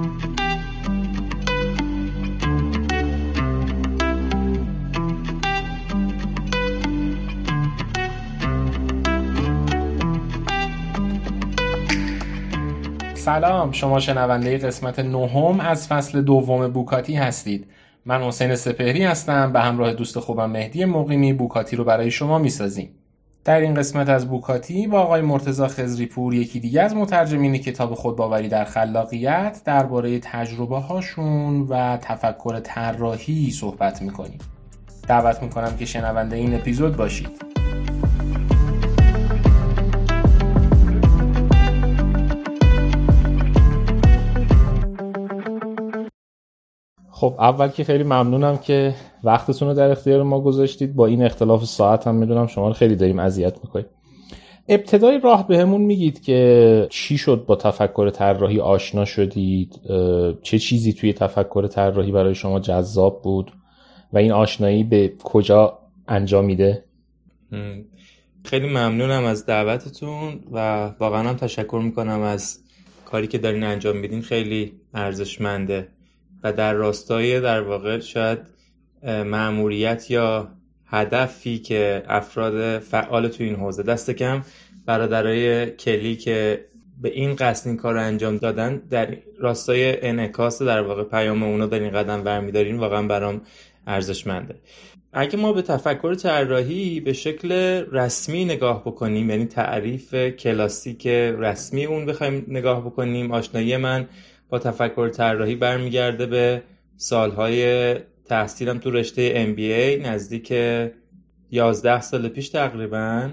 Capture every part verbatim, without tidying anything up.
سلام، شما شنونده قسمت نهم از فصل دوم بوکاتی هستید. من حسین سپهری هستم، به همراه دوست خوبم مهدی مقیمی بوکاتی رو برای شما میسازیم. در این قسمت از بوکاتی با آقای مرتضی خضری‌پور، یکی دیگه از مترجمین کتاب خودباوری در خلاقیت، درباره تجربه هاشون و تفکر طراحی صحبت میکنیم. دعوت میکنم که شنونده این اپیزود باشید. خب اول که خیلی ممنونم که وقتتون رو در اختیار ما گذاشتید. با این اختلاف ساعت هم میدونم شما رو خیلی داریم اذیت میکنیم. ابتدای راه بهمون میگید که چی شد با تفکر طراحی آشنا شدید؟ چه چیزی توی تفکر طراحی برای شما جذاب بود و این آشنایی به کجا انجام میده؟ خیلی ممنونم از دعوتتون و واقعا هم تشکر میکنم از کاری که دارین انجام میدین. خیلی ارزشمنده و در راستای در واقع شاید مأموریت یا هدفی که افراد فعال تو این حوزه، دست کم برادرای کلی که به این قصد این کار رو انجام دادن، در راستای انعکاس در واقع پیام اونا در این قدم برمی‌دارین، واقعا برام ارزشمنده. اگه ما به تفکر طراحی به شکل رسمی نگاه بکنیم، یعنی تعریف کلاسیک رسمی اون بخوایم نگاه بکنیم، آشنایی من با تفکر طراحی برمیگرده به سالهای تحصیلم تو رشته ام بی ای، نزدیک یازده سال پیش تقریبا.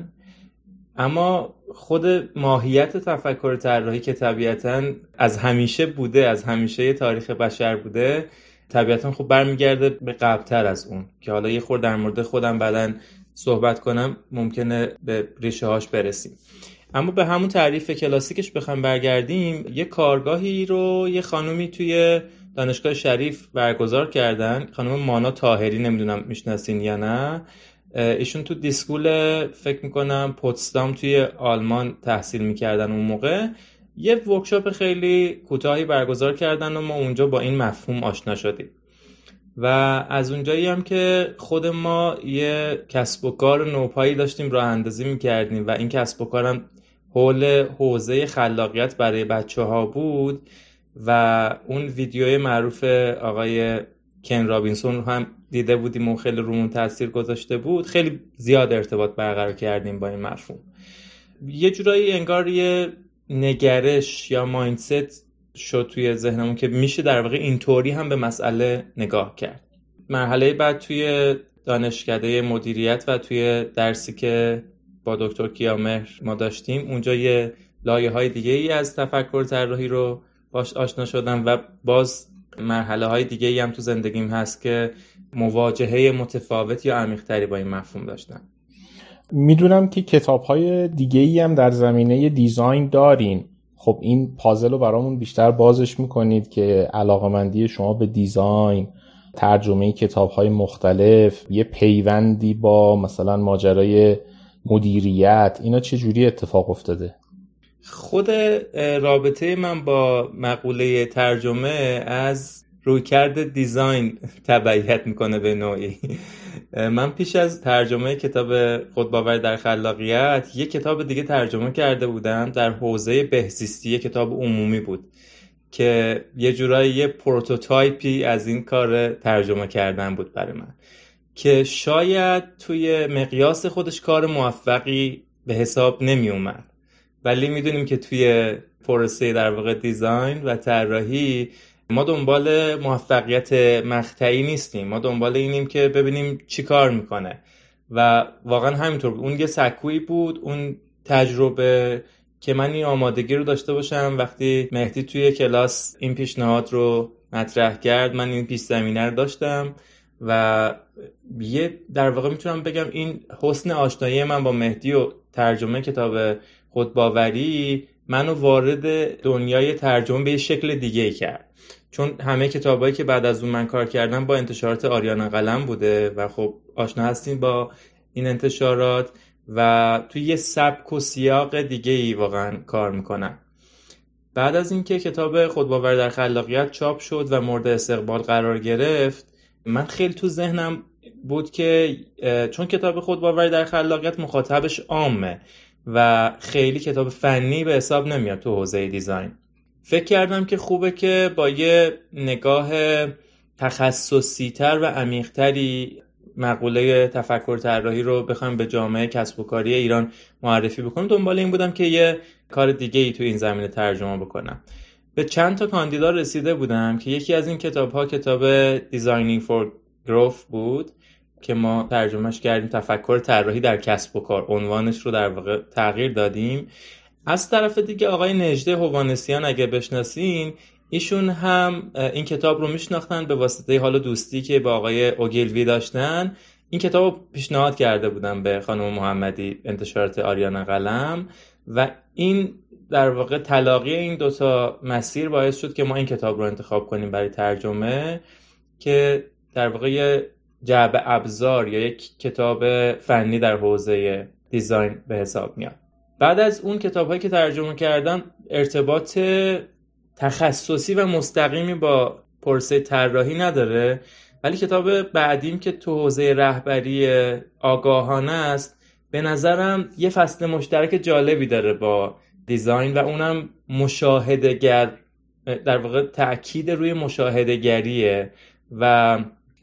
اما خود ماهیت تفکر طراحی که طبیعتاً از همیشه بوده، از همیشه تاریخ بشر بوده، طبیعتاً خب برمیگرده به قبل‌تر از اون که حالا یه خورده در مورد خودم بعداً صحبت کنم، ممکنه به ریشه هاش برسیم. اما به همون تعریف کلاسیکش بخوام برگردیم، یه کارگاهی رو یه خانومی توی دانشگاه شریف برگزار کردن، خانم مانا طاهری، نمیدونم میشناسین یا نه. ایشون تو دیسکول فکر میکنم پوتسدام توی آلمان تحصیل میکردن اون موقع. یه ورکشاپ خیلی کوتاهی برگزار کردن و ما اونجا با این مفهوم آشنا شدیم و از اونجایی هم که خود ما یه کسب و کار نوپایی داشتیم راه اندازی میکردیم و این کسب و کارم حول حوزه خلاقیت برای بچه ها بود و اون ویدیوی معروف آقای کن رابینسون رو هم دیده بودیم و خیلی رومون تاثیر گذاشته بود. خیلی زیاد ارتباط برقرار کردیم با این مفهوم. یه جورایی انگار یه نگرش یا مایندست شد توی ذهنمون که میشه در واقع اینطوری هم به مسئله نگاه کرد. مرحله بعد توی دانشکده مدیریت و توی درسی که با دکتر کیامهر ما داشتیم، اونجا یه لایه‌های دیگه ای از تفکر طراحی رو باش آشنا شدم و باز مرحله های دیگه ای هم تو زندگیم هست که مواجهه متفاوت یا عمیق‌تری با این مفهوم داشتم. میدونم که کتاب‌های دیگه ای هم در زمینه دیزاین دارین. خب این پازل رو برامون بیشتر بازش میکنید که علاقه‌مندی شما به دیزاین، ترجمه کتاب‌های مختلف، یه پیوندی با مثلا ماجرای مدیریت، اینا چه جوری اتفاق افتاده؟ خود رابطه من با مقوله ترجمه از رویکرد دیزاین تبعیت میکنه به نوعی. من پیش از ترجمه کتاب خودباوری در خلاقیت یک کتاب دیگه ترجمه کرده بودم در حوزه بهزیستی، کتاب عمومی بود که یه جورایی یه پروتوتایپی از این کار ترجمه کردن بود برای من که شاید توی مقیاس خودش کار موفقی به حساب نمی اومد، ولی میدونیم که توی پروسه در واقع دیزاین و طراحی ما دنبال موفقیت مقطعی نیستیم، ما دنبال اینیم که ببینیم چی کار میکنه و واقعا همینطور بود. اون یه سکویی بود، اون تجربه که من این آمادگی رو داشته باشم وقتی مهدی توی کلاس این پیشنهاد رو مطرح کرد، من این پیش زمینه رو داشتم و یه در واقع میتونم بگم این حسن آشنایی من با مهدی و ترجمه کتاب خودباوری منو وارد دنیای ترجمه به یه شکل دیگه کرد، چون همه کتابایی که بعد از اون من کار کردم با انتشارات آریانا قلم بوده و خب آشنا هستین با این انتشارات و توی یه سبک و سیاق دیگه ای واقعا کار میکنن. بعد از اینکه کتاب خودباور در خلاقیت چاپ شد و مورد استقبال قرار گرفت، من خیلی تو ذهنم بود که چون کتاب خودباور در خلاقیت مخاطبش عامه و خیلی کتاب فنی به حساب نمیاد تو حوزه دیزاین، فکر کردم که خوبه که با یه نگاه تخصصی تر و عمیق تری مقوله تفکر طراحی رو بخوام به جامعه کسب و کاری ایران معرفی بکنم. دنبال این بودم که یه کار دیگه ای تو این زمینه ترجمه بکنم. به چند تا کاندیدا رسیده بودم که یکی از این کتاب‌ها کتاب Designing for Growth بود که ما ترجمهش کردیم تفکر طراحی در کسب و کار، عنوانش رو در واقع تغییر دادیم. از طرف دیگه آقای نجده هوانسیان اگه بشناسین، ایشون هم این کتاب رو میشناختن به واسطه حال دوستی که با آقای اوگیلوی داشتن. این کتاب رو پیشنهاد کرده بودن به خانم محمدی، انتشارات آریانا قلم، و این در واقع تلاقی این دوتا مسیر باعث شد که ما این کتاب رو انتخاب کنیم برای ترجمه، که در واقع یه جعبه ابزار یا یک کتاب فنی در حوزه دیزاین به حساب میاد. بعد از اون کتاب‌هایی که ترجمه کردم ارتباط تخصصی و مستقیمی با پروسه طراحی نداره، ولی کتاب بعدیم که تو حوزه رهبری آگاهانه است به نظرم یه فصل مشترک جالبی داره با دیزاین و اونم مشاهده‌گر، در واقع تأکید روی مشاهده‌گریه و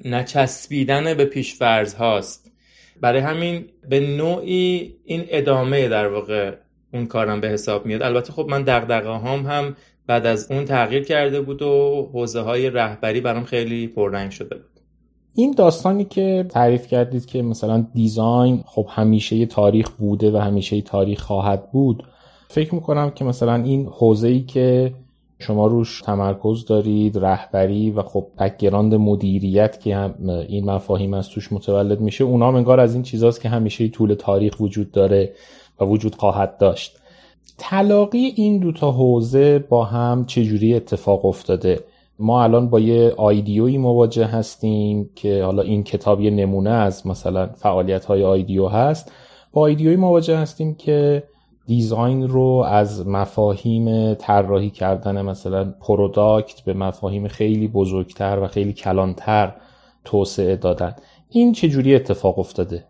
نچسبیدن به پیش‌فرض هاست. برای همین به نوعی این ادامه در واقع اون کارم به حساب میاد. البته خب من دغدغه‌هام هم بعد از اون تغییر کرده بود و حوزه‌های رهبری برام خیلی پررنگ شده بود. این داستانی که تعریف کردید که مثلا دیزاین خب همیشه یه تاریخ بوده و همیشه یه تاریخ خواهد بود، فکر میکنم که مثلا این حوزه‌ای که شما روش تمرکز دارید، رهبری و خب بک‌گراند مدیریت که هم این مفاهیم از توش متولد میشه، اونا انگار از این چیزاست که همیشه طول تاریخ وجود داره و وجود خواهد داشت. تلاقی این دوتا حوزه با هم چجوری اتفاق افتاده؟ ما الان با یه آیدیویی مواجه هستیم که حالا این کتاب یه نمونه از مثلا فعالیت‌های آیدیو هست. با آیدیویی مواجه هستیم که دیزاین رو از مفاهیم طراحی کردن مثلا پروداکت به مفاهیم خیلی بزرگتر و خیلی کلانتر توسعه دادن. این چجوری اتفاق افتاده؟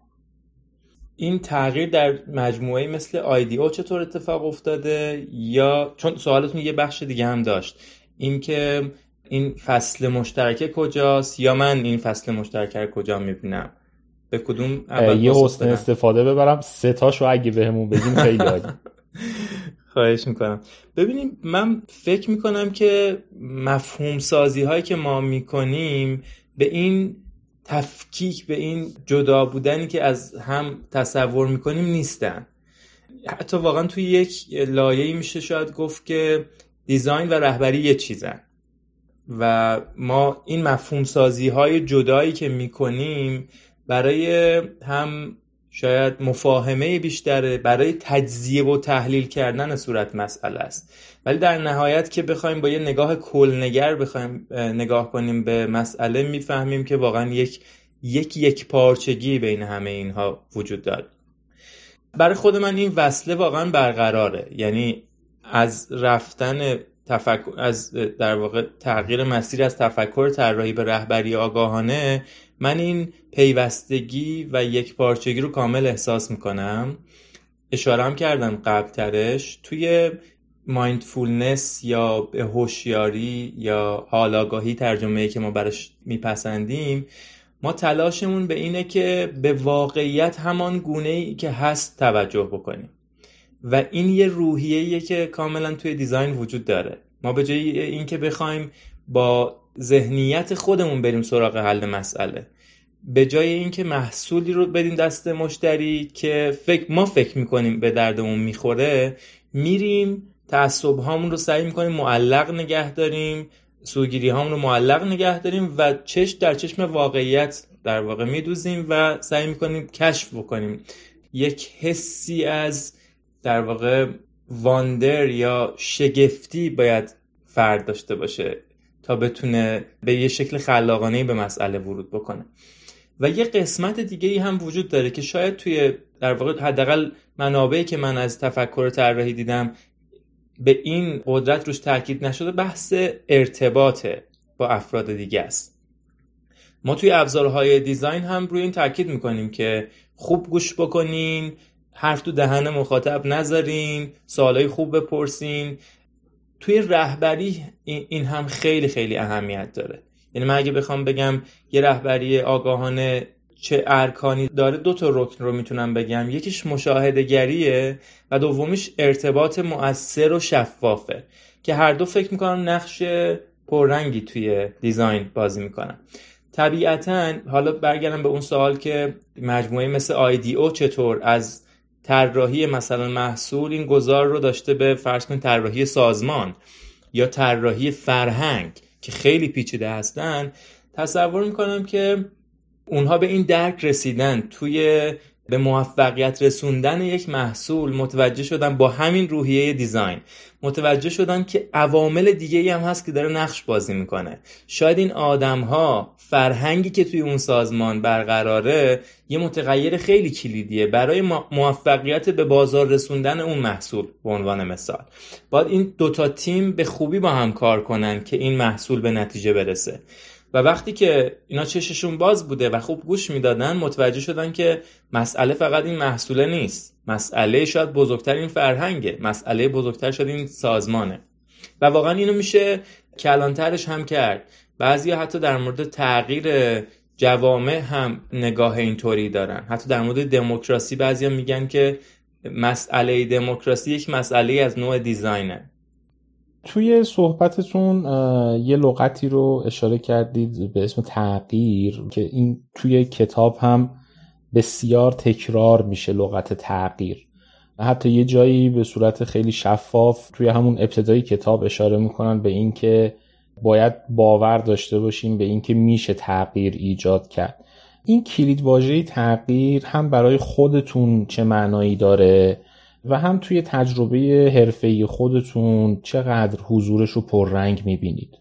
این تغییر در مجموعه مثل آیدیو چطور اتفاق افتاده؟ یا چون سوالتون یه بخش دیگه هم داشت، این که این فصل مشترک کجاست یا من این فصل مشترک کجا میبینم؟ به کدوم اول یه حسن استفاده ببرم سه تاشو اگه بهمون بگیم خیلی عالی. خواهش میکنم. ببینیم، من فکر میکنم که مفهوم سازی هایی که ما میکنیم به این تفکیک، به این جدا بودنی که از هم تصور میکنیم نیستن. حتی واقعا توی یک لایه‌ای میشه شاید گفت که دیزاین و رهبری یه چیزن و ما این مفهوم سازی های جدایی که میکنیم برای هم شاید مفاهمه بیشتره، برای تجزیه و تحلیل کردن صورت مسئله است، ولی در نهایت که بخوایم با یه نگاه کلنگر بخوایم نگاه کنیم به مسئله، میفهمیم که واقعا یک یک یک پارچگی بین همه اینها وجود داره. برای خود من این وصله واقعا برقراره، یعنی از رفتن تفکر، از در واقع تغییر مسیر از تفکر طراحی به رهبری آگاهانه، من این پیوستگی و یک پارچگی رو کامل احساس میکنم. اشاره هم کردم قبل ترش، توی مایندفولنس یا هوشیاری یا حال آگاهی ترجمه‌ای که ما براش میپسندیم، ما تلاشمون به اینه که به واقعیت همان گونه‌ای که هست توجه بکنیم و این یه روحیه‌ایه که کاملا توی دیزاین وجود داره. ما به جای اینکه بخوایم با ذهنیت خودمون بریم سراغ حل مسئله، به جای اینکه محصولی رو بدیم دست مشتری که فکر ما فکر میکنیم به دردمون میخوره، میریم تعصب هامون رو سعی میکنیم معلق نگه داریم، سوگیری هامون رو معلق نگه داریم و چشم در چشم واقعیت در واقع میدوزیم و سعی میکنیم کشف بکنیم. یک حسی از در واقع واندر یا شگفتی باید فرد داشته باشه تا بتونه به یه شکل خلاقانه‌ای به مسئله ورود بکنه. و یه قسمت دیگه‌ای هم وجود داره که شاید توی در واقع حداقل منابعی که من از تفکر طراحی دیدم به این قدرت روش تاکید نشده بحث ارتباط با افراد دیگه است. ما توی ابزارهای دیزاین هم روی این تاکید میکنیم که خوب گوش بکنین، حرف تو دهن مخاطب نذارین، سوالای خوب بپرسین. توی رهبری این هم خیلی خیلی اهمیت داره. یعنی من اگه بخوام بگم یه رهبری آگاهانه چه ارکانی داره، دو تا رکن رو میتونم بگم. یکیش مشاهده‌گریه و دومیش ارتباط مؤثر و شفافه که هر دو فکر میکنم نقش پررنگی توی دیزاین بازی میکنن. طبیعتاً حالا برگردم به اون سوال که مجموعه مثل آی دی او چطور از طراحی مثلا محصول این گذار رو داشته به فرض کن طراحی سازمان یا طراحی فرهنگ که خیلی پیچیده هستن. تصور میکنم که اونها به این درک رسیدن، توی به موفقیت رسوندن یک محصول متوجه شدن، با همین روحیه دیزاین متوجه شدن که عوامل دیگه‌ای هم هست که داره نقش بازی میکنه. شاید این آدم‌ها، فرهنگی که توی اون سازمان برقراره، یه متغیر خیلی کلیدیه برای موفقیت به بازار رسوندن اون محصول. به عنوان مثال باید این دوتا تیم به خوبی با هم کار کنن که این محصول به نتیجه برسه. و وقتی که اینا چششون باز بوده و خوب گوش میدادن، متوجه شدن که مسئله فقط این محصوله نیست، مسئله شاید بزرگتر این فرهنگه، مسئله بزرگتر شاید این سازمانه. و واقعا اینو میشه کلانترش هم کرد. بعضیا حتی در مورد تغییر جوامع هم نگاه اینطوری دارن. حتی در مورد دموکراسی بعضیا میگن که مسئله دموکراسی یک مسئله از نوع دیزاینه. توی صحبتتون یه لغتی رو اشاره کردید به اسم تغییر که این توی کتاب هم بسیار تکرار میشه، لغت تغییر. حتی یه جایی به صورت خیلی شفاف توی همون ابتدای کتاب اشاره میکنن به این که باید باور داشته باشیم به این که میشه تغییر ایجاد کرد. این کلید واژه تغییر هم برای خودتون چه معنایی داره و هم توی تجربه حرفه‌ای خودتون چقدر حضورش رو پررنگ میبینید؟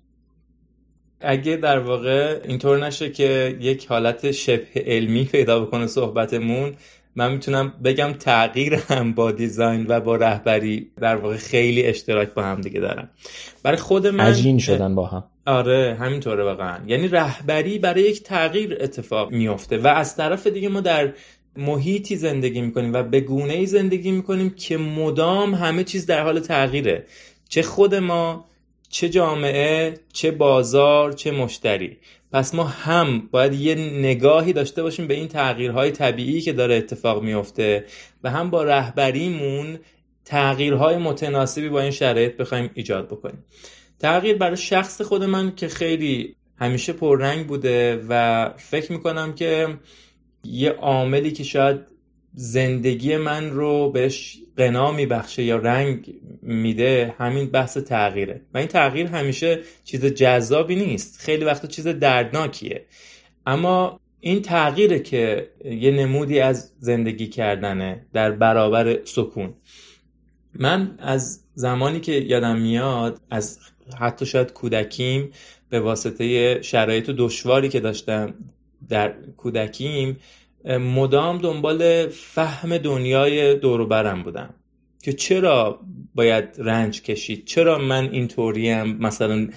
اگه در واقع اینطور نشه که یک حالت شبه علمی پیدا بکنه صحبتمون، من میتونم بگم تغییر هم با دیزاین و با رهبری در واقع خیلی اشتراک با هم دیگه دارن. برای خود من عجین شدن با هم. آره همینطوره واقعا. یعنی رهبری برای یک تغییر اتفاق میفته و از طرف دیگه ما در محیطی زندگی میکنیم و به گونه‌ای زندگی میکنیم که مدام همه چیز در حال تغییره، چه خود ما، چه جامعه، چه بازار، چه مشتری. پس ما هم باید یه نگاهی داشته باشیم به این تغییرهای طبیعی که داره اتفاق میفته و هم با رهبریمون تغییرهای متناسبی با این شرایط بخوایم ایجاد بکنیم. تغییر برای شخص خود من که خیلی همیشه پررنگ بوده و فکر میکنم که یه عاملی که شاید زندگی من رو بهش غنا میبخشه یا رنگ میده همین بحث تغییره. و این تغییر همیشه چیز جذابی نیست، خیلی وقتا چیز دردناکیه، اما این تغییره که یه نمودی از زندگی کردنه در برابر سکون. من از زمانی که یادم میاد، از حتی شاید کودکیم، به واسطه شرایط دشواری که داشتم در کودکیم، مدام دنبال فهم دنیای دور و برم بودم که چرا باید رنج کشید، چرا من اینطوریم، مثلا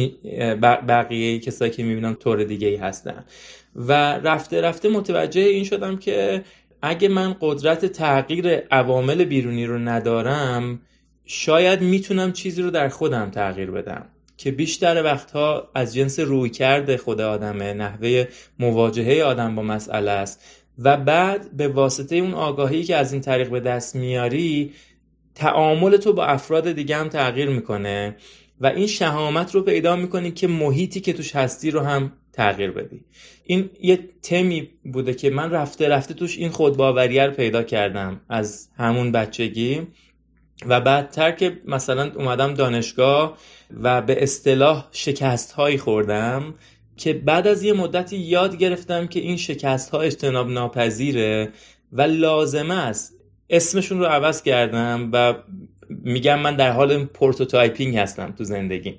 بقیه کسایی که میبینم طور دیگه ای هستن. و رفته رفته متوجه این شدم که اگه من قدرت تغییر عوامل بیرونی رو ندارم، شاید میتونم چیزی رو در خودم تغییر بدم که بیشتر وقتها از جنس رویکرد خود آدمه، نحوه مواجهه آدم با مسئله است و بعد به واسطه اون آگاهی که از این طریق به دست میاری، تعامل تو با افراد دیگه هم تغییر میکنه و این شهامت رو پیدا میکنی که محیطی که توش هستی رو هم تغییر بدی. این یه تمی بوده که من رفته رفته توش این خودباوریه رو پیدا کردم از همون بچگی و بعدتر که مثلا اومدم دانشگاه و به اصطلاح شکست هایی خوردم که بعد از یه مدتی یاد گرفتم که این شکست ها اجتناب ناپذیره و لازمه است. اسمشون رو عوض کردم و میگم من در حال پروتوتایپینگ هستم تو زندگی.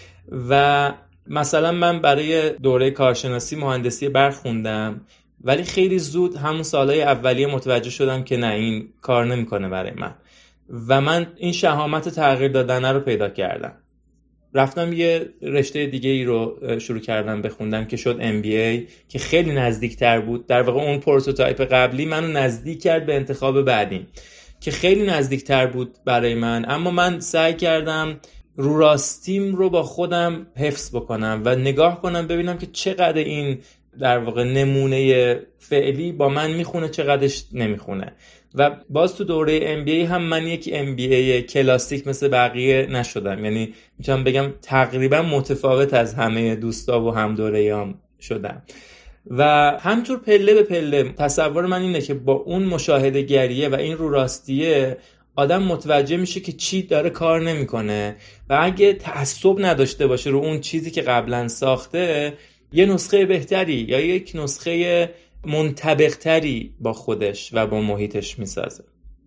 و مثلا من برای دوره کارشناسی مهندسی برق خوندم، ولی خیلی زود همون سالهای اولیه متوجه شدم که نه، این کار نمیکنه برای من. و من این شهامت تغییر دادن رو پیدا کردم. رفتم یه رشته دیگه ای رو شروع کردم بخوندم که شد ام بی ای که خیلی نزدیکتر بود. در واقع اون پروتوتایپ قبلی منو نزدیک کرد به انتخاب بعدیم که خیلی نزدیکتر بود برای من، اما من سعی کردم رو راستیم رو با خودم حفظ بکنم و نگاه کنم ببینم که چقدر این در واقع نمونه فعلی با من میخونه چقدرش نمیخونه. و باز تو دوره ام بی ای هم من یک ام بی ای کلاسیک مثل بقیه نشدم، یعنی میتونم بگم تقریبا متفاوت از همه دوستا و هم دوره‌ام شدم. و همینطور پله به پله تصور من اینه که با اون مشاهده گریه و این رو راستیه آدم متوجه میشه که چی داره کار نمیکنه و اگه تعصب نداشته باشه رو اون چیزی که قبلا ساخته، یه نسخه بهتری یا یک نسخه منطبق‌تری با خودش و با محیطش میسازه.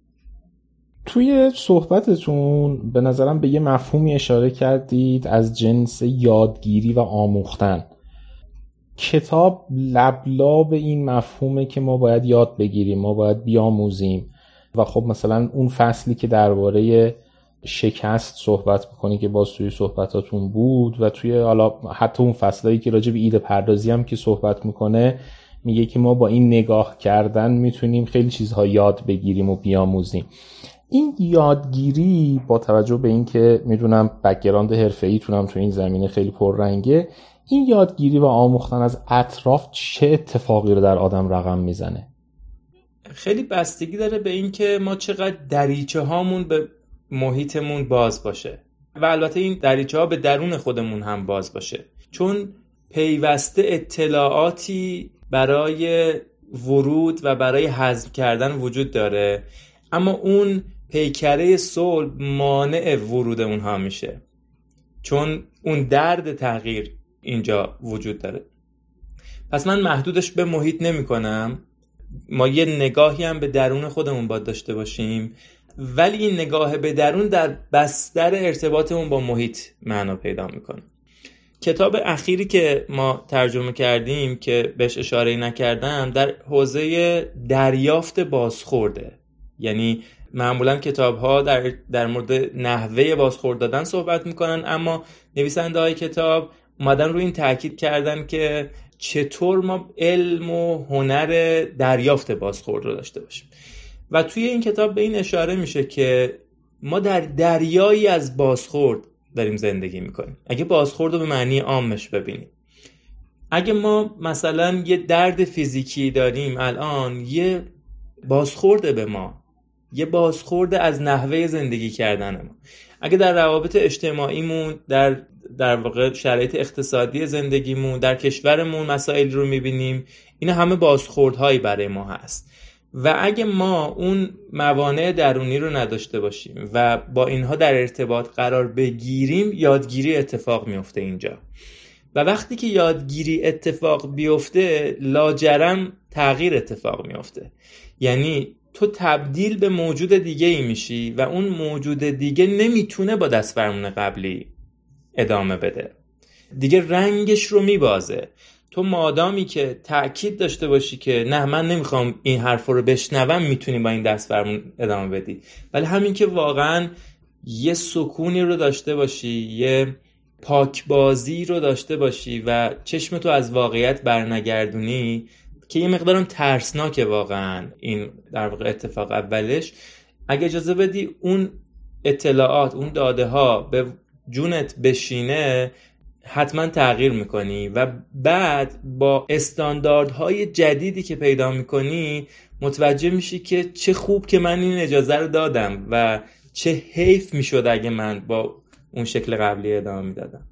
توی صحبتتون به نظرم به یه مفهومی اشاره کردید از جنس یادگیری و آموختن. کتاب لبلاب این مفهومه که ما باید یاد بگیریم، ما باید بیاموزیم. و خب مثلا اون فصلی که درباره شکست صحبت می‌کنی که باز توی صحبتاتون بود و توی حالا حتی اون فصلایی که راجع به ایده پردازی هم که صحبت میکنه، میگه که ما با این نگاه کردن میتونیم خیلی چیزها یاد بگیریم و بیاموزیم. این یادگیری با توجه به این که میدونم بک‌گراند حرفه‌ایتونم تو این زمینه خیلی پررنگه، این یادگیری و آموختن از اطراف چه اتفاقی رو در آدم رقم میزنه؟ خیلی بستگی داره به این که ما چقدر دریچه هامون به محیطمون باز باشه و البته این دریچه ها به درون خودمون هم باز باشه، چون پیوسته اطلاعاتی برای ورود و برای هضم کردن وجود داره، اما اون پیکره صلب مانع ورود اونها میشه چون اون درد تغییر اینجا وجود داره. پس من محدودش به محیط نمی کنم، ما یه نگاهی هم به درون خودمون باید داشته باشیم، ولی این نگاه به درون در بستر ارتباطمون با محیط معنا پیدا میکنه. کتاب اخیری که ما ترجمه کردیم که بهش اشاره نکردم در حوزه دریافت بازخورده، یعنی معمولا کتاب ها در, در مورد نحوه بازخورد دادن صحبت میکنن، اما نویسنده های کتاب اومدن روی این تاکید کردن که چطور ما علم و هنر دریافت بازخورد رو داشته باشیم. و توی این کتاب به این اشاره میشه که ما در دریایی از بازخورد داریم زندگی میکنیم. اگه بازخورد رو به معنی عامش ببینیم، اگه ما مثلا یه درد فیزیکی داریم الان، یه بازخورده به ما، یه بازخورده از نحوه زندگی کردن ما. اگه در روابط اجتماعیمون، در در واقع شرایط اقتصادی زندگیمون، در کشورمون مسائل رو میبینیم، این همه بازخوردهایی برای ما هست. و اگه ما اون موانع درونی رو نداشته باشیم و با اینها در ارتباط قرار بگیریم، یادگیری اتفاق میفته اینجا. و وقتی که یادگیری اتفاق بیفته، لاجرم تغییر اتفاق میفته. یعنی تو تبدیل به موجود دیگه ای میشی و اون موجود دیگه نمیتونه با دست فرمون قبلی ادامه بده، دیگه رنگش رو میبازه. تو مادامی که تأکید داشته باشی که نه من نمیخوام این حرف رو بشنوم، میتونی با این دست فرمون ادامه بدی. ولی همین که واقعا یه سکونی رو داشته باشی، یه پاکبازی رو داشته باشی و چشم تو از واقعیت برنگردونی، که یه مقدارم ترسناکه واقعا این در واقع اتفاق اولش، اگه اجازه بدی اون اطلاعات، اون داده ها به جونت بشینه، حتما تغییر میکنی و بعد با استانداردهای جدیدی که پیدا میکنی متوجه میشی که چه خوب که من این اجازه رو دادم و چه حیف میشد اگه من با اون شکل قبلی ادامه میدادم.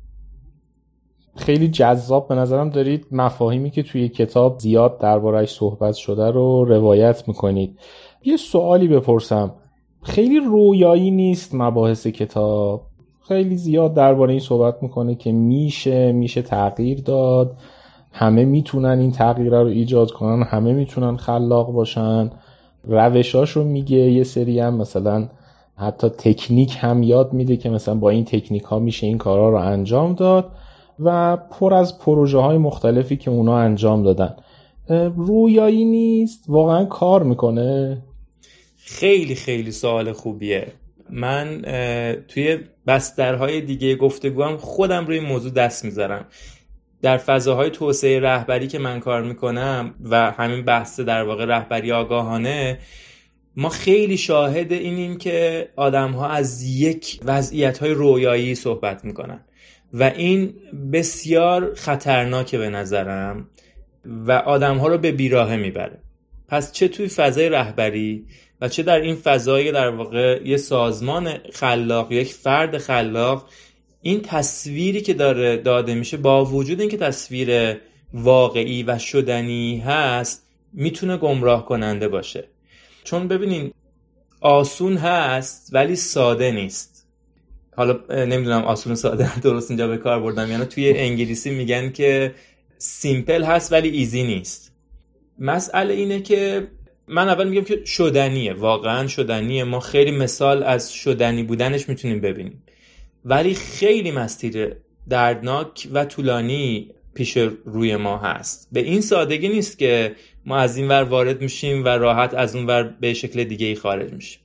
خیلی جذاب به نظرم دارید مفاهیمی که توی کتاب زیاد درباره‌اش صحبت شده رو روایت میکنید. یه سوالی بپرسم، خیلی رویایی نیست مباحث کتاب؟ خیلی زیاد درباره این صحبت میکنه که میشه میشه تغییر داد، همه میتونن این تغییر رو ایجاد کنن، همه میتونن خلاق باشن، روشاشو میگه، یه سری هم مثلا حتی تکنیک هم یاد میده که مثلا با این تکنیک ها میشه این کارا رو انجام داد و پر از پروژه های مختلفی که اونا انجام دادن. رویایی نیست؟ واقعا کار میکنه؟ خیلی خیلی سوال خوبیه. من توی بسترهای دیگه گفتگوام خودم روی موضوع دست میذارم. در فضاهای توسعه رهبری که من کار میکنم و همین بحث در واقع رهبری آگاهانه، ما خیلی شاهد اینیم که آدم‌ها از یک وضعیت‌های رویایی صحبت میکنن و این بسیار خطرناکه به نظرم و آدم‌ها رو به بیراهه میبره. پس چه توی فضای رهبری و چه در این فضای در واقع یه سازمان خلاق، یک فرد خلاق، این تصویری که داره داده میشه با وجود اینکه تصویر واقعی و شدنی هست میتونه گمراه کننده باشه. چون ببینین آسون هست ولی ساده نیست. حالا نمیدونم آسون و ساده درست اینجا به کار بردم، یعنی توی انگلیسی میگن که سیمپل هست ولی ایزی نیست. مسئله اینه که من اول میگم که شدنیه، واقعا شدنیه، ما خیلی مثال از شدنی بودنش میتونیم ببینیم، ولی خیلی مسیر دردناک و طولانی پیش روی ما هست. به این سادگی نیست که ما از این ور وارد میشیم و راحت از اون ور به شکل دیگه ای خارج میشیم.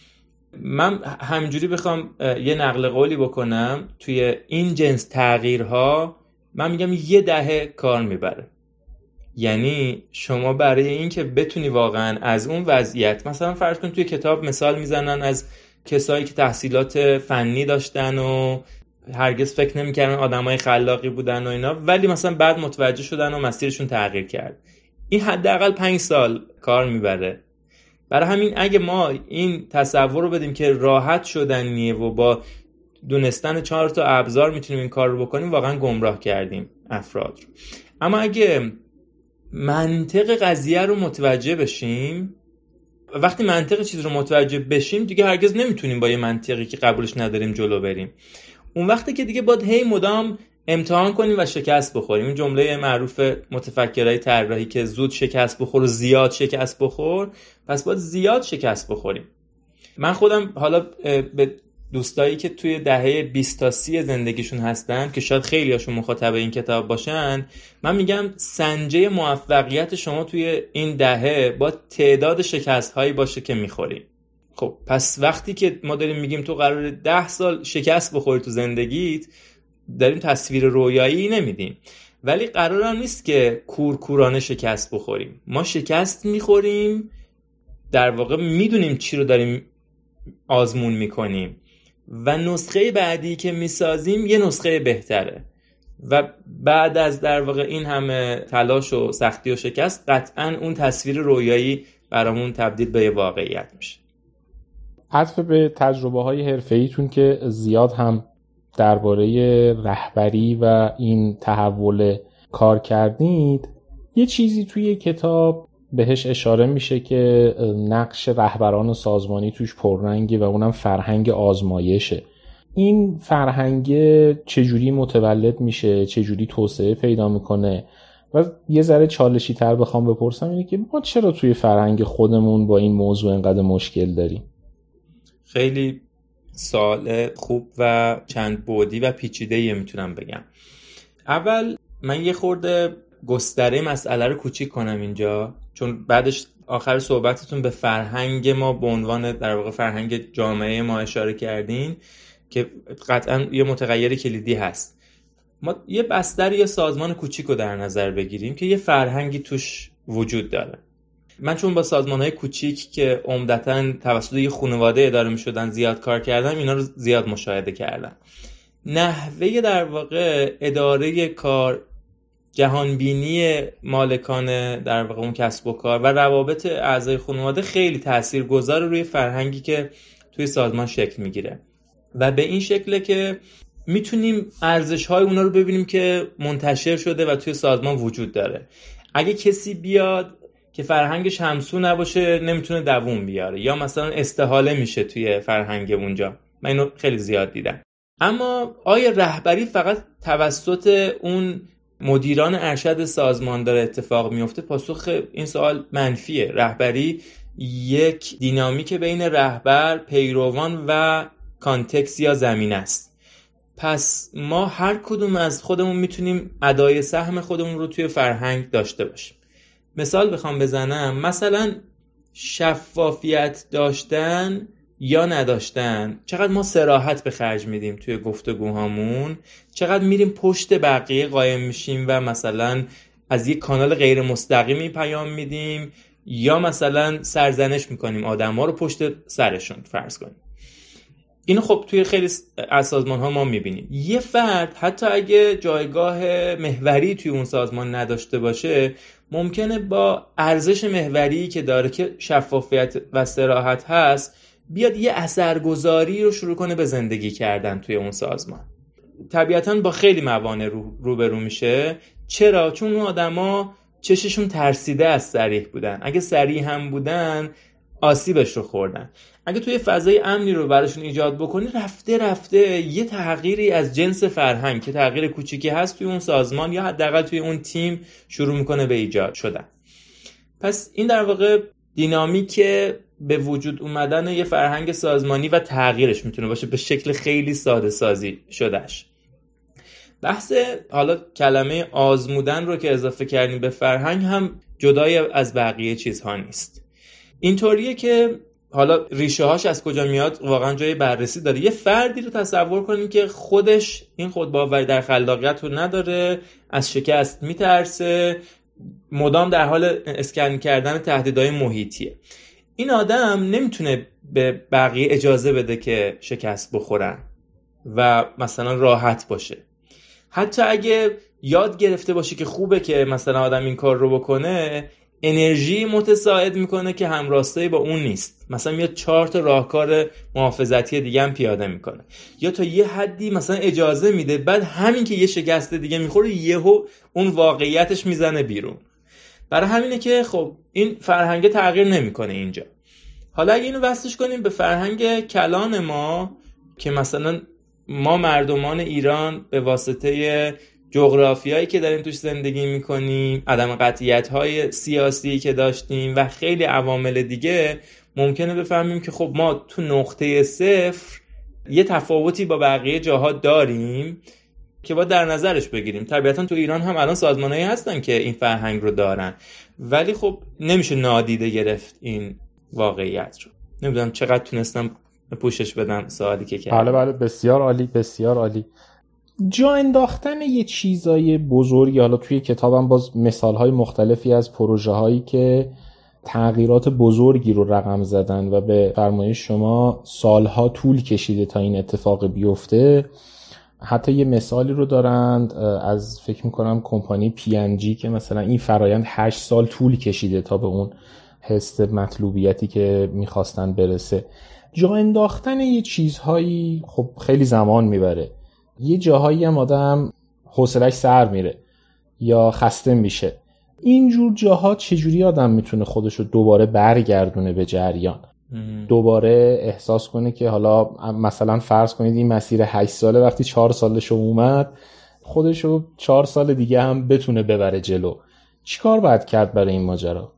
من همینجوری بخوام یه نقل قولی بکنم، توی این جنس تغییرها من میگم یه دهه کار میبره. یعنی شما برای این که بتونی واقعا از اون وضعیت، مثلا فرض کن توی کتاب مثال میزنن از کسایی که تحصیلات فنی داشتن و هرگز فکر نمی‌کردن آدمای خلاقی بودن و اینا، ولی مثلا بعد متوجه شدن و مسیرشون تغییر کرد. این حداقل پنج سال کار میبره. برای همین اگه ما این تصور رو بدیم که راحت شدنیه و با دونستن چهار تا ابزار میتونیم این کار رو بکنیم، واقعا گمراه کردیم افراد رو. اما اگه منطق قضیه رو متوجه بشیم، وقتی منطق چیز رو متوجه بشیم دیگه هرگز نمیتونیم با یه منطقی که قبولش نداریم جلو بریم. اون وقتی که دیگه باید هی مدام امتحان کنیم و شکست بخوریم. این جمله معروف متفکرای طراحی که زود شکست بخور و زیاد شکست بخور، پس باید زیاد شکست بخوریم. من خودم حالا به دوستایی که توی دهه بیست تا سی زندگیشون هستن که شاید خیلی هاشون مخاطب این کتاب باشن، من میگم سنجه موفقیت شما توی این دهه با تعداد شکست هایی باشه که میخوریم. خب پس وقتی که ما داریم میگیم تو قراره ده سال شکست بخوری تو زندگیت، داریم تصویر رویایی نمیدیم، ولی قرار هم نیست که کورکورانه شکست بخوریم. ما شکست میخوریم، در واقع میدونیم چی رو داریم آزمون میکنیم و نسخه بعدی که میسازیم یه نسخه بهتره و بعد از در واقع این همه تلاش و سختی و شکست قطعاً اون تصویر رویایی برامون تبدیل به واقعیت میشه. عطف به تجربه های حرفه‌ایتون که زیاد هم درباره رهبری و این تحول کار کردید، یه چیزی توی کتاب بهش اشاره میشه که نقش رهبران سازمانی توش پررنگی و اونم فرهنگ آزمایشه. این فرهنگ چجوری متولد میشه، چجوری توسعه پیدا میکنه؟ و یه ذره چالشی تر بخوام بپرسم اینه که ما چرا توی فرهنگ خودمون با این موضوع اینقدر مشکل داریم؟ خیلی سوال خوب و چند بعدی و پیچیده‌ای میتونم بگم. اول من یه خورده گستره مسئله رو کوچیک کنم اینجا، چون بعدش آخر صحبتتون به فرهنگ ما به عنوان در واقع فرهنگ جامعه ما اشاره کردین که قطعا یه متغیر کلیدی هست. ما یه بستر یه سازمان کوچیک رو در نظر بگیریم که یه فرهنگی توش وجود داره. من چون با سازمان‌های کوچیک که عمدتاً توسط یه خانواده اداره می‌شدن زیاد کار کردم، اینا رو زیاد مشاهده کردم. نحوه در واقع اداره کار، جهانبینی مالکان در واقع اون کسب و کار و روابط اعضای خانواده خیلی تاثیرگذار روی فرهنگی که توی سازمان شکل میگیره و به این شکله که میتونیم ارزش‌های اونا رو ببینیم که منتشر شده و توی سازمان وجود داره. اگه کسی بیاد که فرهنگش همسو نباشه نمیتونه دووم بیاره، یا مثلا استحاله میشه توی فرهنگ اونجا. من اینو خیلی زیاد دیدم. اما آیا رهبری فقط توسط اون مدیران ارشد سازمان داره اتفاق میفته؟ پاسخ این سوال منفیه. رهبری یک دینامیک بین رهبر، پیروان و کانتکست یا زمینه است. پس ما هر کدوم از خودمون میتونیم ادای سهم خودمون رو توی فرهنگ داشته باشیم. مثال بخوام بزنم، مثلا شفافیت داشتن یا نداشتن، چقدر ما صراحت به خرج میدیم توی گفتگوهامون، چقدر میریم پشت بقیه قایم میشیم و مثلا از یک کانال غیر مستقیمی پیام میدیم یا مثلا سرزنش میکنیم آدم‌ها رو پشت سرشون فرض کنیم. اینو خب توی خیلی از سازمان‌ها ما میبینیم. یه فرد حتی اگه جایگاه محوری توی اون سازمان نداشته باشه، ممکنه با ارزش محوری که داره که شفافیت و صراحت هست بیاد یه اثرگذاری رو شروع کنه به زندگی کردن توی اون سازمان. طبیعتاً با خیلی موانع رو روبرو میشه. چرا؟ چون اون آدما چششون ترسیده از صریح بودن. اگه صریح هم بودن آسیبش رو خوردن. اگه توی فضای امنی رو براشون ایجاد بکنی، رفته رفته یه تغییری از جنس فرهنگ که تغییر کوچیکی هست توی اون سازمان یا حداقل توی اون تیم شروع میکنه به ایجاد شدن. پس این در واقع دینامیک به وجود اومدن یه فرهنگ سازمانی و تغییرش میتونه باشه به شکل خیلی ساده سازی شدهش. بحث حالا کلمه آزمودن رو که اضافه کردیم به فرهنگ هم جدای از بقیه چیزها نیست. اینطوریه که حالا ریشه هاش از کجا میاد واقعا جای بررسی داره. یه فردی رو تصور کنیم که خودش این خودباوری در خلاقیت رو نداره، از شکست میترسه، مدام در حال اسکن کردن تهدیدهای محیطیه. این آدم نمیتونه به بقیه اجازه بده که شکست بخورن و مثلا راحت باشه. حتی اگه یاد گرفته باشه که خوبه که مثلا آدم این کار رو بکنه، انرژی متساعد میکنه که همراستایی با اون نیست. مثلا میاد چهار تا راهکار محافظتی دیگه هم پیاده میکنه یا تا یه حدی مثلا اجازه میده، بعد همین که یه شکست دیگه میخوره یهو اون واقعیتش میزنه بیرون. برای همینه که خب این فرهنگ تغییر نمیکنه اینجا. حالا اگه اینو وصلش کنیم به فرهنگ کلان ما که مثلا ما مردمان ایران به واسطه جغرافیایی که داریم توش زندگی میکنیم، عدم قطعیت‌های سیاسی که داشتیم و خیلی عوامل دیگه، ممکنه بفهمیم که خب ما تو نقطه صفر یه تفاوتی با بقیه جاها داریم که باید در نظرش بگیریم. طبیعتا تو ایران هم الان سازمانایی هستن که این فرهنگ رو دارن، ولی خب نمیشه نادیده گرفت این واقعیت رو. نمیدونم چقدر تونستم پوشش بدم سوالی که کردم. بله بله بسیار عالی بسیار عالی. جا انداختن یه چیزای بزرگی، حالا توی کتابم باز مثالهای مختلفی از پروژه هایی که تغییرات بزرگی رو رقم زدن و به فرمایش شما سالها طول کشیده تا این اتفاق بیفته. حتی یه مثالی رو دارند از فکر میکنم کمپانی پی ان جی که مثلا این فرایند هشت سال طول کشیده تا به اون حس مطلوبیتی که میخواستن برسه. جا انداختن یه چیزهایی خب خیلی زمان میبره. یه جاهایی هم آدم حوصله‌اش سر میره یا خسته میشه. اینجور جاها چجوری آدم میتونه خودش رو دوباره برگردونه به جریان؟ دوباره احساس کنه که حالا مثلا فرض کنید این مسیر هشت ساله وقتی چهار سالش اومد، خودش رو چهار سال دیگه هم بتونه ببره جلو. چیکار باید کرد برای این ماجرا؟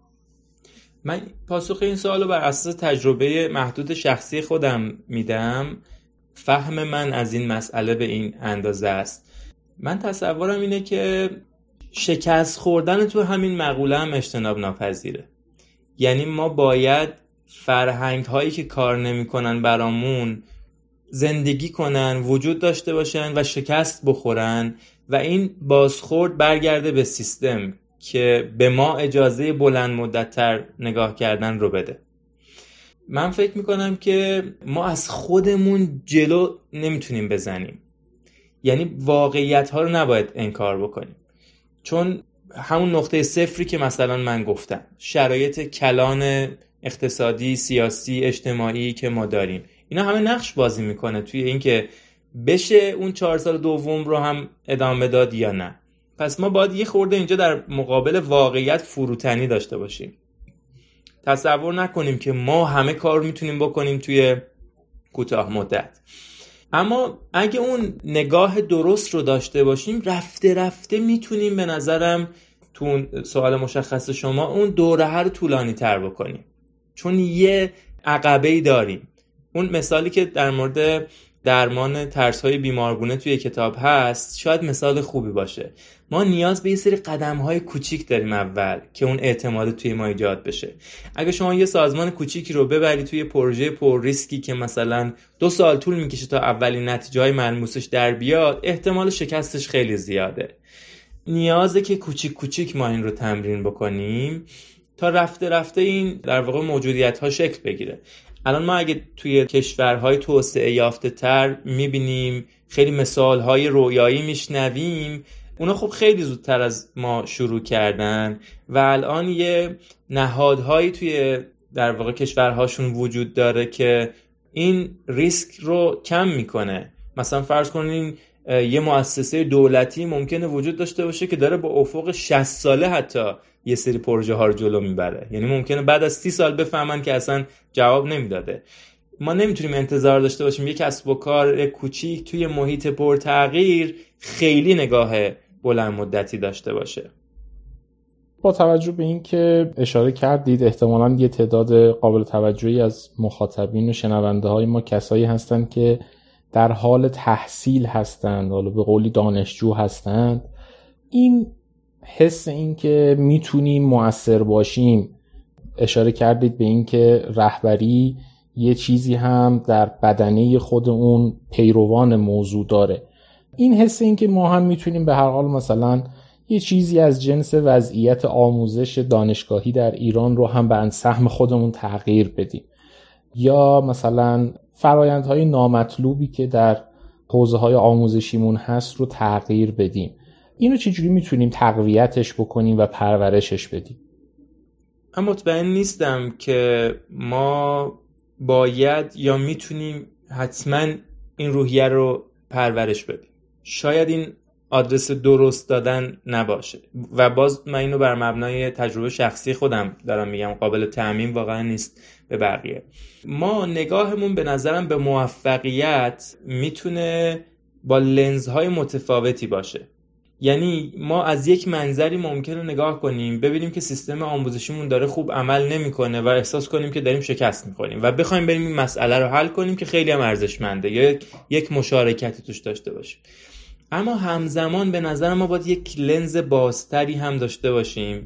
من پاسخ این سوالو بر اساس تجربه محدود شخصی خودم میدم. فهم من از این مسئله به این اندازه است. من تصورم اینه که شکست خوردن تو همین مقوله هم اجتناب ناپذیره. یعنی ما باید فرهنگ هایی که کار نمی کنن برامون زندگی کنن، وجود داشته باشن و شکست بخورن و این بازخورد برگرده به سیستم که به ما اجازه بلند مدت‌تر نگاه کردن رو بده. من فکر میکنم که ما از خودمون جلو نمیتونیم بزنیم. یعنی واقعیت ها رو نباید انکار بکنیم، چون همون نقطه صفری که مثلا من گفتم، شرایط کلان اقتصادی، سیاسی، اجتماعی که ما داریم، اینا همه نقش بازی میکنه توی اینکه بشه اون چهار سال دوم رو هم ادامه داد یا نه. پس ما باید یه خورده اینجا در مقابل واقعیت فروتنی داشته باشیم. تصور نکنیم که ما همه کار میتونیم بکنیم توی کوتاه مدت. اما اگه اون نگاه درست رو داشته باشیم، رفته رفته میتونیم به نظرم تو سوال مشخص شما اون دوره رو طولانی تر بکنیم، چون یه عقبه‌ای داریم. اون مثالی که در مورد درمان ترس‌های بیمارگونه توی کتاب هست شاید مثال خوبی باشه. ما نیاز به یه سری قدم‌های کوچیک داریم اول که اون اعتماد توی ما ایجاد بشه. اگه شما یه سازمان کوچیکی رو ببری توی پروژه پر ریسکی که مثلا دو سال طول میکشه تا اولین نتیجه‌های ملموسش در بیاد، احتمال شکستش خیلی زیاده. نیازه که کوچیک کوچیک ما این رو تمرین بکنیم تا رفته رفته این در واقع موجودیت‌ها شکل بگیره. الان ما اگه توی کشورهای توسعه یافته تر میبینیم، خیلی مثالهای رویایی میشنویم، اونا خب خیلی زودتر از ما شروع کردن و الان یه نهادهایی توی در واقع کشورهاشون وجود داره که این ریسک رو کم میکنه. مثلا فرض کنین یه مؤسسه دولتی ممکنه وجود داشته باشه که داره با افق شصت ساله حتی یه سری پروژه ها رو جلو میبره، یعنی ممکنه بعد از سی سال بفهمن که اصلا جواب نمیداده. ما نمیتونیم انتظار داشته باشیم یک کسب و کار کوچیک توی محیط پر تغییر خیلی نگاه بلند مدتی داشته باشه. با توجه به این که اشاره کردید احتمالاً یه تعداد قابل توجهی از مخاطبین و شنونده های ما کسایی هستند که در حال تحصیل هستند، حالا به قولی دانشجو هستند. این حس این که میتونیم مؤثر باشیم، اشاره کردید به این که رهبری یه چیزی هم در بدنه خود اون پیروان موضوع داره. این حس این که ما هم میتونیم به هر حال مثلا یه چیزی از جنس وضعیت آموزش دانشگاهی در ایران رو هم به سهم خودمون تغییر بدیم، یا مثلا فرایندهای نامطلوبی که در حوزه‌های آموزشیمون هست رو تغییر بدیم. اینو چجوری میتونیم تقویتش بکنیم و پرورشش بدیم؟ من مطمئن نیستم که ما باید یا میتونیم حتما این روحیه رو پرورش بدیم. شاید این آدرس درست دادن نباشه و باز من اینو بر مبنای تجربه شخصی خودم دارم میگم، قابل تعمیم واقعا نیست به بقیه. ما نگاهمون به نظرم به موفقیت میتونه با لنزهای متفاوتی باشه. یعنی ما از یک منظری ممکنه نگاه کنیم ببینیم که سیستم آموزشیمون داره خوب عمل نمیکنه و احساس کنیم که داریم شکست میخوریم و بخوایم بریم این مسئله رو حل کنیم که خیلی هم ارزشمنده یا یک مشارکتی توش داشته باشیم. اما همزمان به نظر ما باید یک لنز بازتری هم داشته باشیم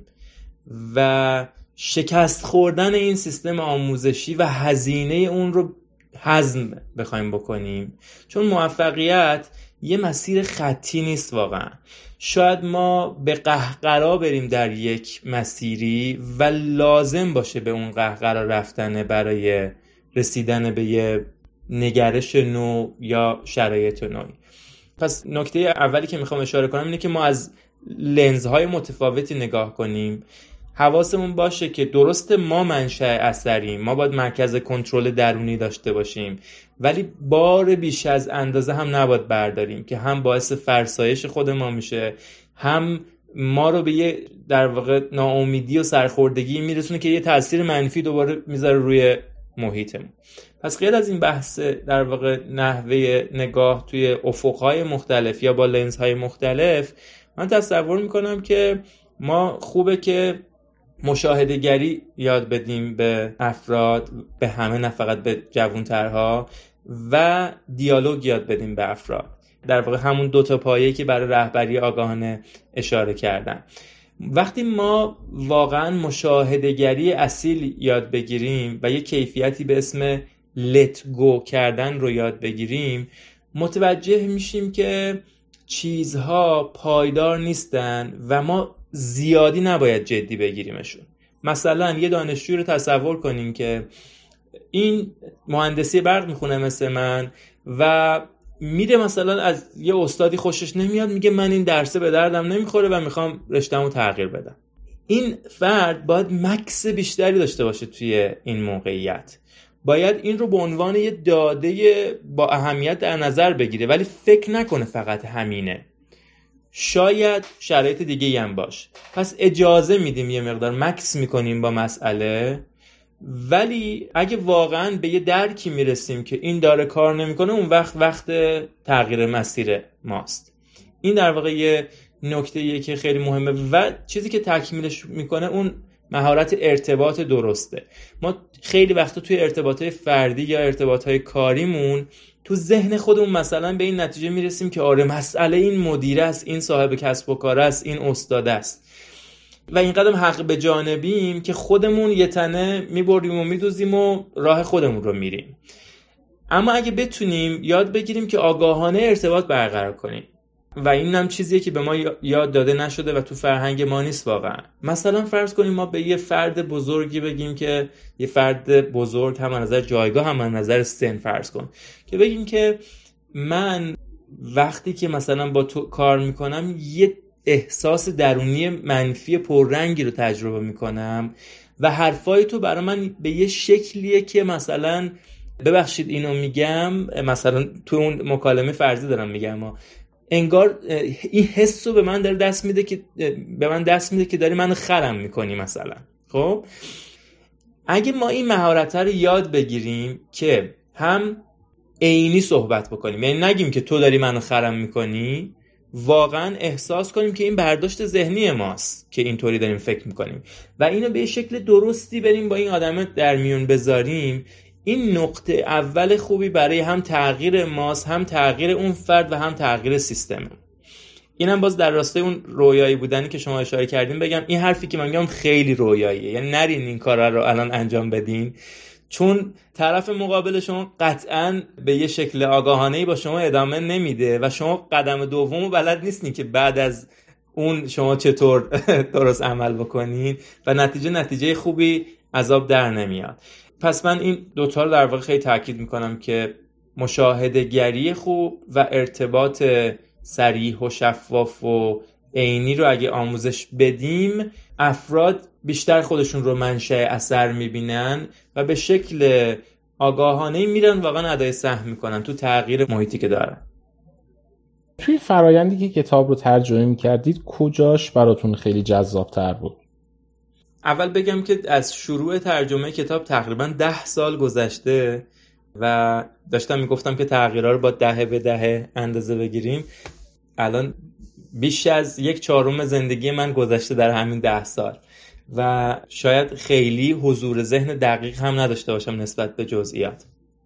و شکست خوردن این سیستم آموزشی و هزینه اون رو هضم بخوایم بکنیم، چون موفقیت یه مسیر خطی نیست واقعا. شاید ما به قهقرا بریم در یک مسیری و لازم باشه به اون قهقرا رفتن برای رسیدن به یه نگرش نو یا شرایط نوی. پس نکته اولی که میخوام اشاره کنم اینه که ما از لنزهای متفاوتی نگاه کنیم. حواسمون باشه که درست ما منشأ اثریم، ما باید مرکز کنترل درونی داشته باشیم، ولی بار بیش از اندازه هم نباید برداریم که هم باعث فرسایش خود ما میشه، هم ما رو به یه در واقع ناامیدی و سرخوردگی میرسونه که یه تأثیر منفی دوباره میذاره روی محیطمون. پس غیر از این بحث در واقع نحوه نگاه توی افقهای مختلف یا با لنزهای مختلف، من تصور میکنم که ما خوبه که مشاهده‌گری یاد بدیم به افراد، به همه نه فقط به جوانترها، و دیالوگ یاد بدیم به افراد. در واقع همون دو تا پایه‌ای که برای رهبری آگاهانه اشاره کردم. وقتی ما واقعا مشاهده‌گری اصیل یاد بگیریم و یک کیفیتی به اسم let go کردن رو یاد بگیریم، متوجه میشیم که چیزها پایدار نیستن و ما زیادی نباید جدی بگیریمشون. مثلا یه دانشجوی رو تصور کنیم که این مهندسی برق میخونه مثل من و میره مثلا از یه استادی خوشش نمیاد، میگه من این درسه به دردم نمیخوره و میخوام رشته‌مو تغییر بدم. این فرد باید مکس بیشتری داشته باشه توی این موقعیت. باید این رو به عنوان یه داده با اهمیت در نظر بگیره، ولی فکر نکنه فقط همینه. شاید شرایط دیگه هم باشه. پس اجازه میدیم یه مقدار مکس میکنیم با مسئله، ولی اگه واقعا به یه درکی میرسیم که این داره کار نمیکنه، اون وقت وقت تغییر مسیر ماست. این در واقع یه نکته‌ایه که خیلی مهمه و چیزی که تکمیلش میکنه اون مهارت ارتباط درسته. ما خیلی وقتا توی ارتباطات فردی یا ارتباطات کاریمون تو ذهن خودمون مثلا به این نتیجه میرسیم که آره مسئله این مدیر است، این صاحب کسب و کار است، این استاد است و این قدم حق به جانبیم که خودمون یه تنه میبریم و میدوزیم و راه خودمون رو میریم. اما اگه بتونیم یاد بگیریم که آگاهانه ارتباط برقرار کنیم و این هم چیزیه که به ما یاد داده نشده و تو فرهنگ ما نیست واقعا. مثلا فرض کنیم ما به یه فرد بزرگی بگیم که یه فرد بزرگ هم از نظر جایگاه هم از نظر سن فرض کن که بگیم که من وقتی که مثلا با تو کار میکنم یه احساس درونی منفی پررنگی رو تجربه میکنم و حرفای تو برای من به یه شکلیه که مثلا ببخشید اینو میگم، مثلا تو اون مکالمه فرضی دارم میگم ما انگار این حسو به من داره دست میده که به من دست میده که داری منو خرم میکنی مثلا. خب اگه ما این مهارت رو یاد بگیریم که هم عینی صحبت بکنیم، یعنی نگیم که تو داری منو خرم میکنی، واقعا احساس کنیم که این برداشت ذهنی ماست که اینطوری داریم فکر میکنیم و اینو به شکل درستی بریم با این آدم در میون بذاریم، این نقطه اول خوبی برای هم تغییر ماست، هم تغییر اون فرد و هم تغییر سیستم. اینم باز در راستای اون رویایی بودنی که شما اشاره کردین بگم این حرفی که من میگم خیلی رویاییه، یعنی نرین این کارا رو الان انجام بدین، چون طرف مقابل شما قطعاً به یه شکل آگاهانه‌ای با شما ادامه نمیده و شما قدم دومو بلد نیستین که بعد از اون شما چطور درست عمل بکنین و نتیجه نتیجه خوبی از آب در نمیاد. پس من این دوتا رو در واقع خیلی تاکید میکنم که مشاهده‌گری خوب و ارتباط صریح و شفاف و عینی رو اگه آموزش بدیم، افراد بیشتر خودشون رو منشأ اثر میبینن و به شکل آگاهانه میرن واقعا ادای سهم میکنن تو تغییر محیطی که دارن. توی فرایندی که کتاب رو ترجمه میکردید کجاش براتون خیلی جذاب تر بود؟ اول بگم که از شروع ترجمه کتاب تقریبا ده سال گذشته و داشتم میگفتم که تغییرها رو با دهه به دهه اندازه بگیریم. الان بیش از یک چهارم زندگی من گذشته در همین ده سال و شاید خیلی حضور ذهن دقیق هم نداشته باشم نسبت به جزئیات،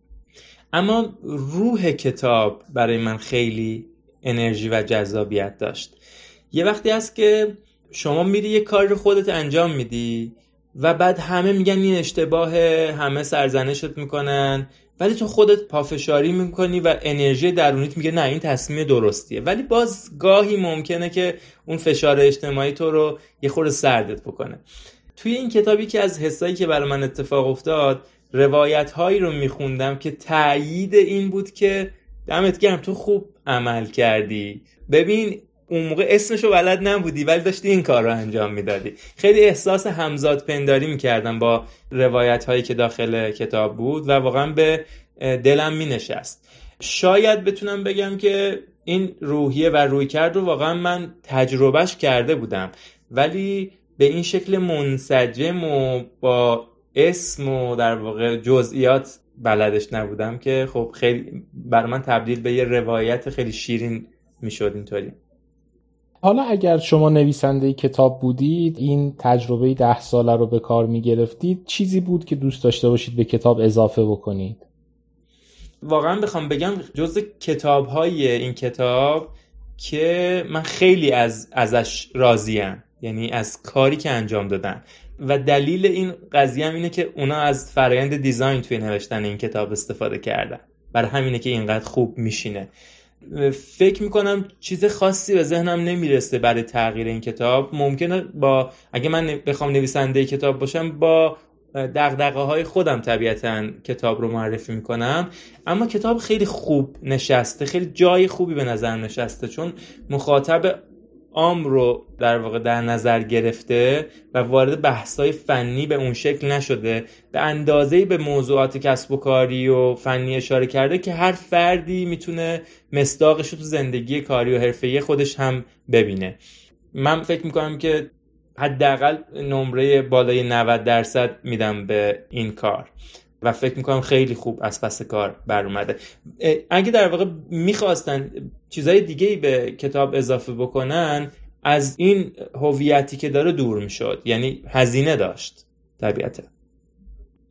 اما روح کتاب برای من خیلی انرژی و جذابیت داشت. یه وقتی هست که شما میری یه کار رو خودت انجام میدی و بعد همه میگن این اشتباهه، همه سرزنشت میکنن، ولی تو خودت پافشاری میکنی و انرژی درونیت میگه نه این تصمیم درستیه، ولی باز گاهی ممکنه که اون فشار اجتماعی تو رو یه خورده سردت بکنه. توی این کتابی که از حسایی که برای من اتفاق افتاد، روایت هایی رو میخوندم که تأیید این بود که دمت گرم تو خوب عمل کردی، ببین اون موقع اسمشو بلد نبودی ولی داشتی این کار رو انجام میدادی. خیلی احساس همزاد پنداری میکردم با روایت هایی که داخل کتاب بود و واقعا به دلم مینشست. شاید بتونم بگم که این روحیه و رویکرد رو واقعا من تجربهش کرده بودم ولی به این شکل منسجم و با اسم و در واقع جزئیات بلدش نبودم که خب خیلی بر من تبدیل به یه روایت خیلی شیرین میشد اینطوری. حالا اگر شما نویسنده کتاب بودید، این تجربه ده ساله رو به کار می گرفتید، چیزی بود که دوست داشته باشید به کتاب اضافه بکنید؟ واقعا بخوام بگم جزء کتاب‌های این کتاب که من خیلی از ازش راضیم، یعنی از کاری که انجام دادن و دلیل این قضیه هم اینه که اونا از فرآیند دیزاین توی نوشتن این کتاب استفاده کردن، برای همینه که اینقدر خوب میشینه. فکر میکنم چیز خاصی به ذهنم نمیرسه برای تغییر این کتاب. ممکنه با اگه من بخوام نویسنده کتاب باشم با دغدغه های خودم طبیعتاً کتاب رو معرفی میکنم، اما کتاب خیلی خوب نشسته، خیلی جای خوبی به نظر نشسته چون مخاطب عام رو در واقع در نظر گرفته و وارد بحث‌های فنی به اون شکل نشده، به اندازه‌ای به موضوعات کسب و کاری و فنی اشاره کرده که هر فردی میتونه مصداقش رو تو زندگی کاری و حرفه‌ای خودش هم ببینه. من فکر میکنم که حداقل نمره بالای نود درصد میدم به این کار و فکر میکنم خیلی خوب از پس کار بر اومده. اگه در واقع میخواستن چیزای دیگه‌ای به کتاب اضافه بکنن، از این هویتی که داره دور میشد، یعنی هزینه داشت طبیعتا.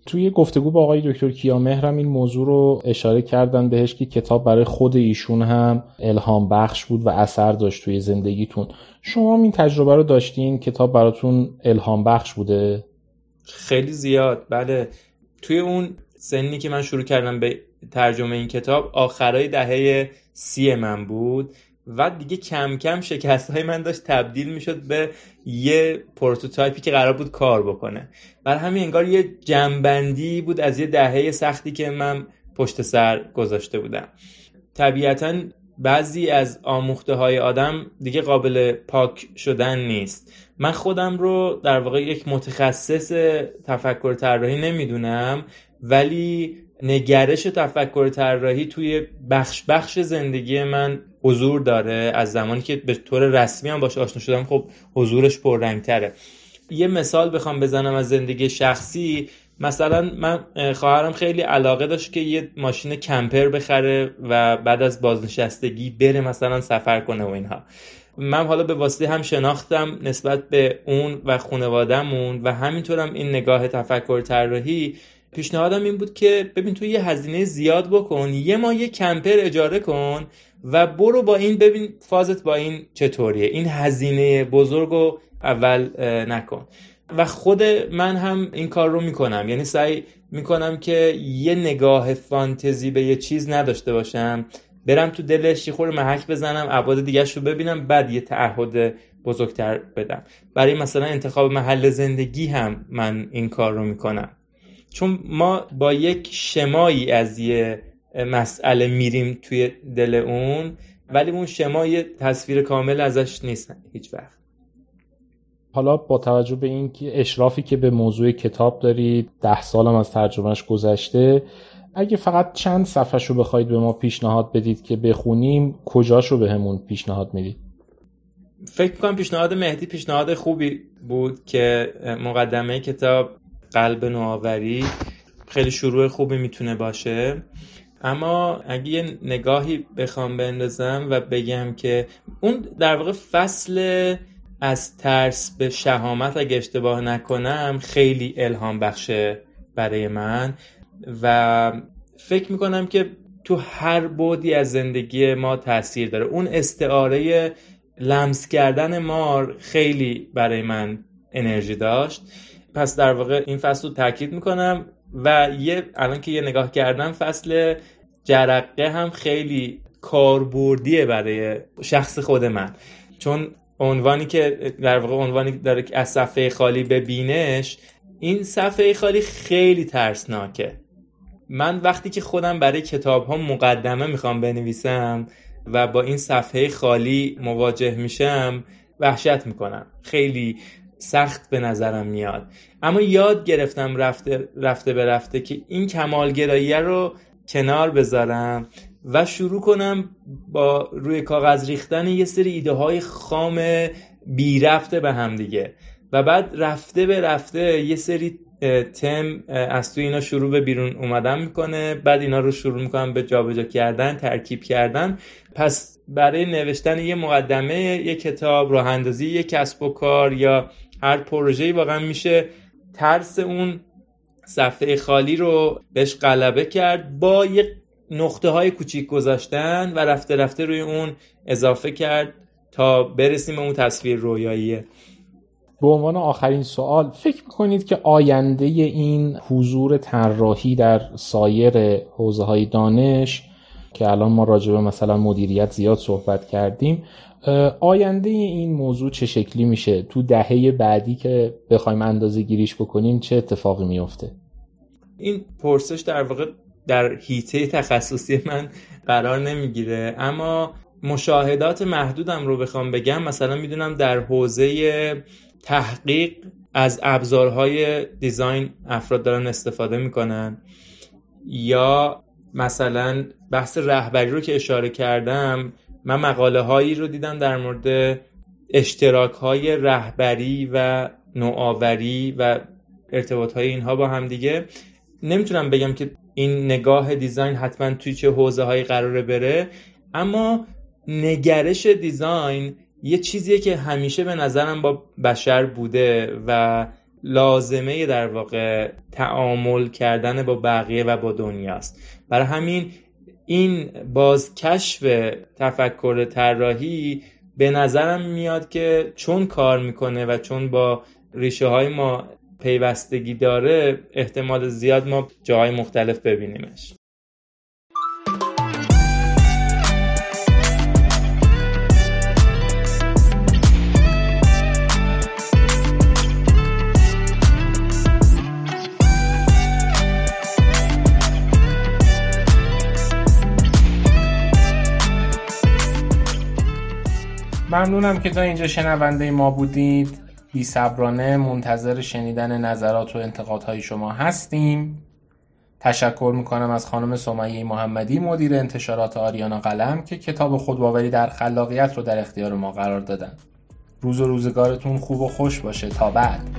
توی گفتگو با آقای دکتر کیامهر این موضوع رو اشاره کردن بهش که کتاب برای خود ایشون هم الهام بخش بود و اثر داشت توی زندگیتون. شما هم این تجربه رو داشتین؟ کتاب براتون الهام بخش بوده؟ خیلی زیاد، بله. توی اون سنی که من شروع کردم به ترجمه این کتاب آخرای دهه سی من بود و دیگه کم کم شکست‌های من داشت تبدیل میشد به یه پروتوتایپی که قرار بود کار بکنه. برای همین انگار یه جمع‌بندی بود از یه دهه سختی که من پشت سر گذاشته بودم. طبیعتاً بعضی از آموخته‌های آدم دیگه قابل پاک شدن نیست. من خودم رو در واقع یک متخصص تفکر طراحی نمیدونم، ولی نگرش تفکر طراحی توی بخش بخش زندگی من حضور داره. از زمانی که به طور رسمی هم باش آشنا شدم خب حضورش پررنگ‌تره. یه مثال بخوام بزنم از زندگی شخصی، مثلا من خواهرم خیلی علاقه داشت که یه ماشین کمپر بخره و بعد از بازنشستگی بره مثلا سفر کنه و اینها. من حالا به واسطه هم شناختم نسبت به اون و خانواده‌مون و همینطورم این نگاه تفکر طراحی، پیشنهادم این بود که ببین تو یه هزینه زیاد بکن، یه ماه یه کمپر اجاره کن و برو با این ببین فازت با این چطوریه، این هزینه بزرگو اول نکن. و خود من هم این کار رو میکنم، یعنی سعی میکنم که یه نگاه فانتزی به یه چیز نداشته باشم، برم تو دلش یه خورده محک بزنم، ابعاد دیگه‌ش رو ببینم، بعد یه تعهد بزرگتر بدم. برای مثلا انتخاب محل زندگی هم من این کار رو میکنم، چون ما با یک شمایی از یه مسئله میریم توی دل اون، ولی اون شما یه تصویر کامل ازش نیست هیچ وقت. حالا با توجه به این که اشرافی که به موضوع کتاب دارید، ده سالم از ترجمهش گذشته، اگه فقط چند صفحه‌شو بخواید به ما پیشنهاد بدید که بخونیم، کجاشو بهمون پیشنهاد میدید؟ فکر می‌کنم پیشنهاد مهدی پیشنهاد خوبی بود که مقدمه کتاب قلب نوآوری خیلی شروع خوبی میتونه باشه. اما اگه یه نگاهی بخوام بندازم و بگم که اون در واقع فصل از ترس به شهامت اگه اشتباه نکنم خیلی الهام بخشه برای من و فکر میکنم که تو هر بعدی از زندگی ما تاثیر داره. اون استعاره لمس کردن مار خیلی برای من انرژی داشت. پس در واقع این فصل رو تاکید میکنم و یه الان که یه نگاه کردم فصل جرقه هم خیلی کاربردیه برای شخص خود من، چون عنوانی که در واقع عنوانی داره که از صفحه خالی به بینش، این صفحه خالی خیلی ترسناکه. من وقتی که خودم برای کتاب ها مقدمه میخوام بنویسم و با این صفحه خالی مواجه میشم وحشت میکنم، خیلی سخت به نظرم میاد. اما یاد گرفتم رفته رفته به رفته که این کمالگرایی رو کنار بذارم و شروع کنم با روی کاغذ ریختن یه سری ایده های خام بی ربط به هم دیگه و بعد رفته به رفته یه سری تم از توی اینا شروع به بیرون اومدن میکنه، بعد اینا رو شروع میکنم به جابجا کردن، ترکیب کردن. پس برای نوشتن یه مقدمه یه کتاب، راه اندازی یه کسب و کار یا هر پروژه‌ای واقعا میشه ترس اون صفحه خالی رو بهش غلبه کرد با یه نقطه های کوچیک گذاشتن و رفته رفته روی اون اضافه کرد تا برسیم به اون تصویر رویاییه. به عنوان آخرین سوال، فکر میکنید که آینده این حضور طراحی در سایر حوزه‌های دانش که الان ما راجع به مثلا مدیریت زیاد صحبت کردیم، آینده این موضوع چه شکلی میشه؟ تو دهه بعدی که بخوایم اندازه گیریش بکنیم چه اتفاقی میفته؟ این پرسش در واقع در حیطه تخصصی من قرار نمیگیره، اما مشاهدات محدودم رو بخوام بگم، مثلا میدونم در حوزه تحقیق از ابزارهای دیزاین افراد دارن استفاده میکنن، یا مثلا بحث رهبری رو که اشاره کردم، من مقاله هایی رو دیدم در مورد اشتراک های رهبری و نوآوری و ارتباط های اینها با هم دیگه. نمیتونم بگم که این نگاه دیزاین حتما توی چه حوزه هایی قراره بره، اما نگرش دیزاین یه چیزیه که همیشه به نظرم با بشر بوده و لازمه در واقع تعامل کردن با بقیه و با دنیاست. برای همین این بازکشف تفکر طراحی به نظرم میاد که چون کار میکنه و چون با ریشه های ما پیوستگی داره، احتمال زیاد ما جاهای مختلف ببینیمش. ممنونم که تا اینجا شنونده ما بودید. بی صبرانه منتظر شنیدن نظرات و انتقادهای شما هستیم. تشکر میکنم از خانم سمیه محمدی، مدیر انتشارات آریانا قلم، که کتاب خودباوری در خلاقیت رو در اختیار ما قرار دادن. روز و روزگارتون خوب و خوش باشه. تا بعد.